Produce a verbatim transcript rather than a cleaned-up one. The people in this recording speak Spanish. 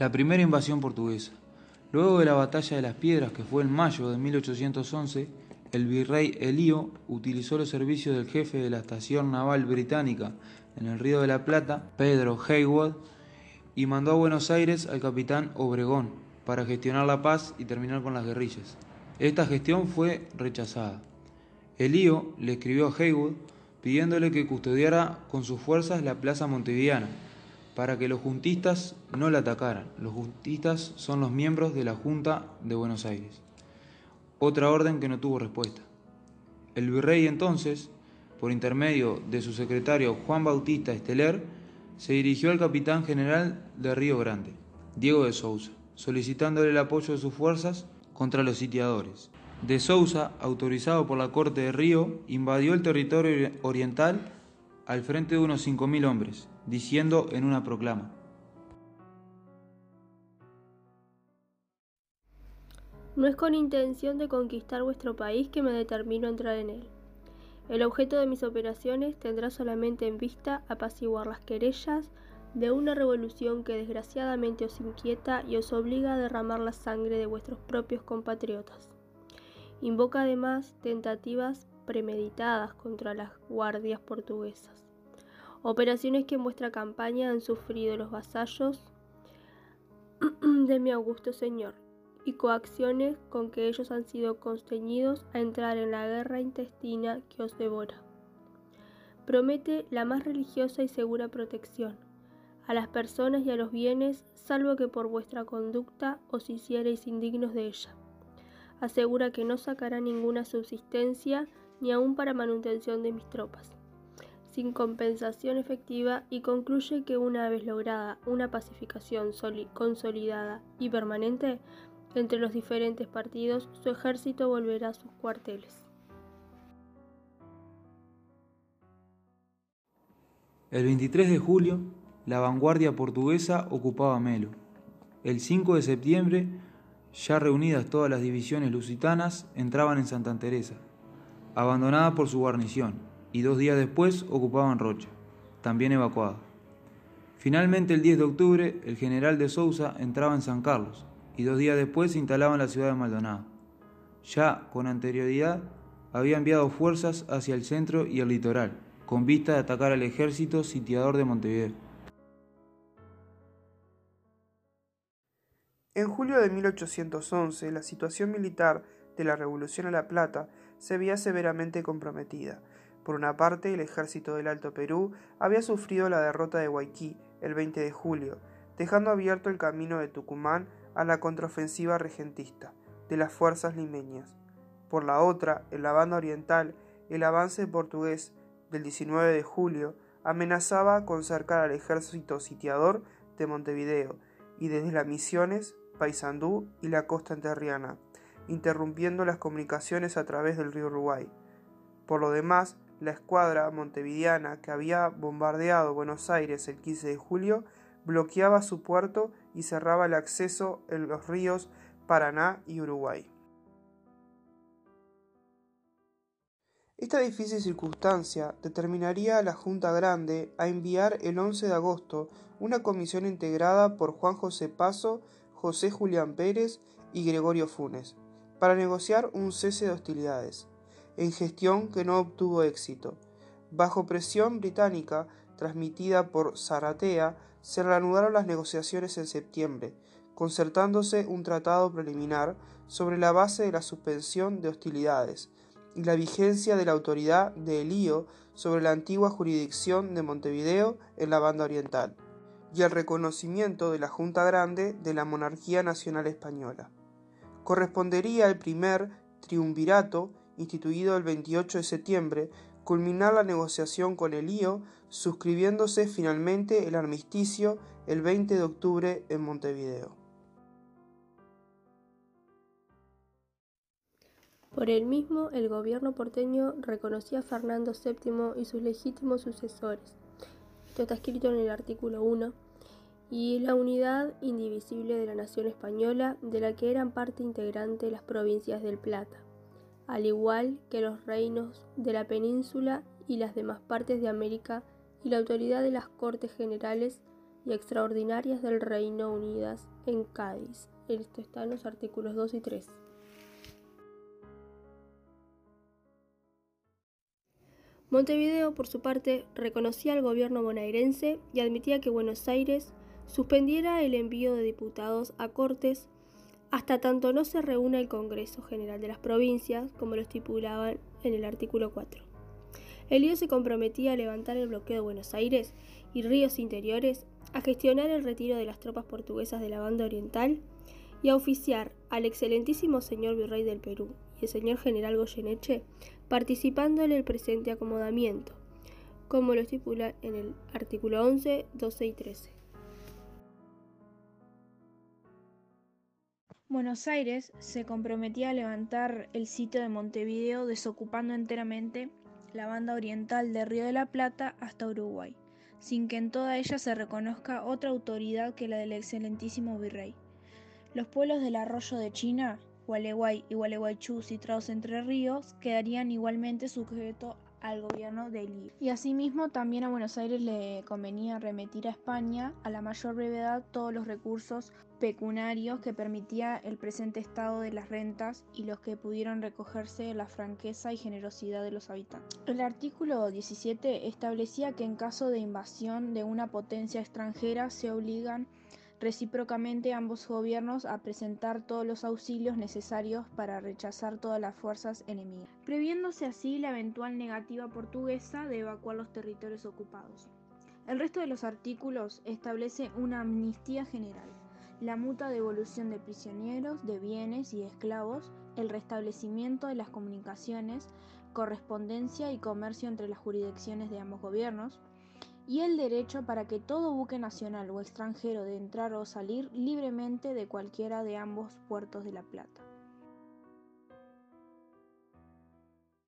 La primera invasión portuguesa. Luego de la Batalla de las Piedras, que fue en mayo de mil ochocientos once, el virrey Elío utilizó los servicios del jefe de la estación naval británica en el Río de la Plata, Pedro Heywood, y mandó a Buenos Aires al capitán Obregón para gestionar la paz y terminar con las guerrillas. Esta gestión fue rechazada. Elío le escribió a Heywood pidiéndole que custodiara con sus fuerzas la plaza montevideana, para que los juntistas no la atacaran. Los juntistas son los miembros de la Junta de Buenos Aires. Otra orden que no tuvo respuesta. El virrey entonces, por intermedio de su secretario Juan Bautista Esteller, se dirigió al capitán general de Río Grande, Diego de Sousa, solicitándole el apoyo de sus fuerzas contra los sitiadores. De Sousa, autorizado por la Corte de Río, invadió el territorio oriental al frente de unos cinco mil hombres, diciendo en una proclama: No es con intención de conquistar vuestro país que me determino a entrar en él. El objeto de mis operaciones tendrá solamente en vista apaciguar las querellas de una revolución que desgraciadamente os inquieta y os obliga a derramar la sangre de vuestros propios compatriotas. Invoca además tentativas premeditadas contra las guardias portuguesas, operaciones que en vuestra campaña han sufrido los vasallos de mi augusto señor, y coacciones con que ellos han sido constreñidos a entrar en la guerra intestina que os devora. Promete la más religiosa y segura protección a las personas y a los bienes, salvo que por vuestra conducta os hiciereis indignos de ella. Asegura que no sacará ninguna subsistencia, ni aun para manutención de mis tropas, sin compensación efectiva, y concluye que una vez lograda una pacificación consolidada y permanente entre los diferentes partidos, su ejército volverá a sus cuarteles. El veintitrés de julio, la vanguardia portuguesa ocupaba Melo. El cinco de septiembre, ya reunidas todas las divisiones lusitanas, entraban en Santa Teresa, abandonada por su guarnición, y dos días después ocupaban Rocha, también evacuada. Finalmente, el diez de octubre, el general de Sousa entraba en San Carlos, y dos días después se instalaba en la ciudad de Maldonado. Ya con anterioridad había enviado fuerzas hacia el centro y el litoral, con vista de atacar al ejército sitiador de Montevideo. En julio de mil ochocientos once, la situación militar de la Revolución a la Plata se veía severamente comprometida. Por una parte, el ejército del Alto Perú había sufrido la derrota de Guayquí el veinte de julio, dejando abierto el camino de Tucumán a la contraofensiva regentista de las fuerzas limeñas. Por la otra, en la banda oriental, el avance portugués del diecinueve de julio amenazaba con cercar al ejército sitiador de Montevideo y desde las Misiones, Paysandú y la costa entrerriana, interrumpiendo las comunicaciones a través del río Uruguay. Por lo demás, la escuadra montevideana que había bombardeado Buenos Aires el quince de julio bloqueaba su puerto y cerraba el acceso en los ríos Paraná y Uruguay. Esta difícil circunstancia determinaría a la Junta Grande a enviar el once de agosto una comisión integrada por Juan José Paso, José Julián Pérez y Gregorio Funes, para negociar un cese de hostilidades, en gestión que no obtuvo éxito. Bajo presión británica transmitida por Zaratea, se reanudaron las negociaciones en septiembre, concertándose un tratado preliminar sobre la base de la suspensión de hostilidades y la vigencia de la autoridad de Elío sobre la antigua jurisdicción de Montevideo en la banda oriental, y el reconocimiento de la Junta Grande de la monarquía nacional española. Correspondería al primer triunvirato, instituido el veintiocho de septiembre, culminar la negociación con Elío, suscribiéndose finalmente el armisticio el veinte de octubre en Montevideo. Por el mismo, el gobierno porteño reconocía a Fernando séptimo y sus legítimos sucesores. Esto está escrito en el artículo uno, y la unidad indivisible de la nación española, de la que eran parte integrante las provincias del Plata, al igual que los reinos de la península y las demás partes de América, y la autoridad de las Cortes Generales y extraordinarias del Reino Unidas en Cádiz. Esto está en los artículos dos y tres. Montevideo, por su parte, reconocía al gobierno bonaerense y admitía que Buenos Aires suspendiera el envío de diputados a Cortes hasta tanto no se reúna el Congreso General de las Provincias, como lo estipulaban en el artículo cuatro. El lío se comprometía a levantar el bloqueo de Buenos Aires y ríos interiores, a gestionar el retiro de las tropas portuguesas de la banda oriental y a oficiar al excelentísimo señor virrey del Perú y el señor general Goyeneche participando en el presente acomodamiento, como lo estipula en el artículo once, doce y trece. Buenos Aires se comprometía a levantar el sitio de Montevideo desocupando enteramente la banda oriental de Río de la Plata hasta Uruguay, sin que en toda ella se reconozca otra autoridad que la del excelentísimo virrey. Los pueblos del Arroyo de China, Gualeguay y Gualeguaychú, situados entre ríos, quedarían igualmente sujetos al gobierno de Lío. Y asimismo también a Buenos Aires le convenía remitir a España a la mayor brevedad todos los recursos pecuniarios que permitía el presente estado de las rentas y los que pudieron recogerse de la franqueza y generosidad de los habitantes. El artículo diecisiete establecía que en caso de invasión de una potencia extranjera se obligan recíprocamente ambos gobiernos a presentar todos los auxilios necesarios para rechazar todas las fuerzas enemigas, previéndose así la eventual negativa portuguesa de evacuar los territorios ocupados. El resto de los artículos establece una amnistía general, la mutua devolución de prisioneros, de bienes y de esclavos, el restablecimiento de las comunicaciones, correspondencia y comercio entre las jurisdicciones de ambos gobiernos, y el derecho para que todo buque nacional o extranjero de entrar o salir libremente de cualquiera de ambos puertos de La Plata.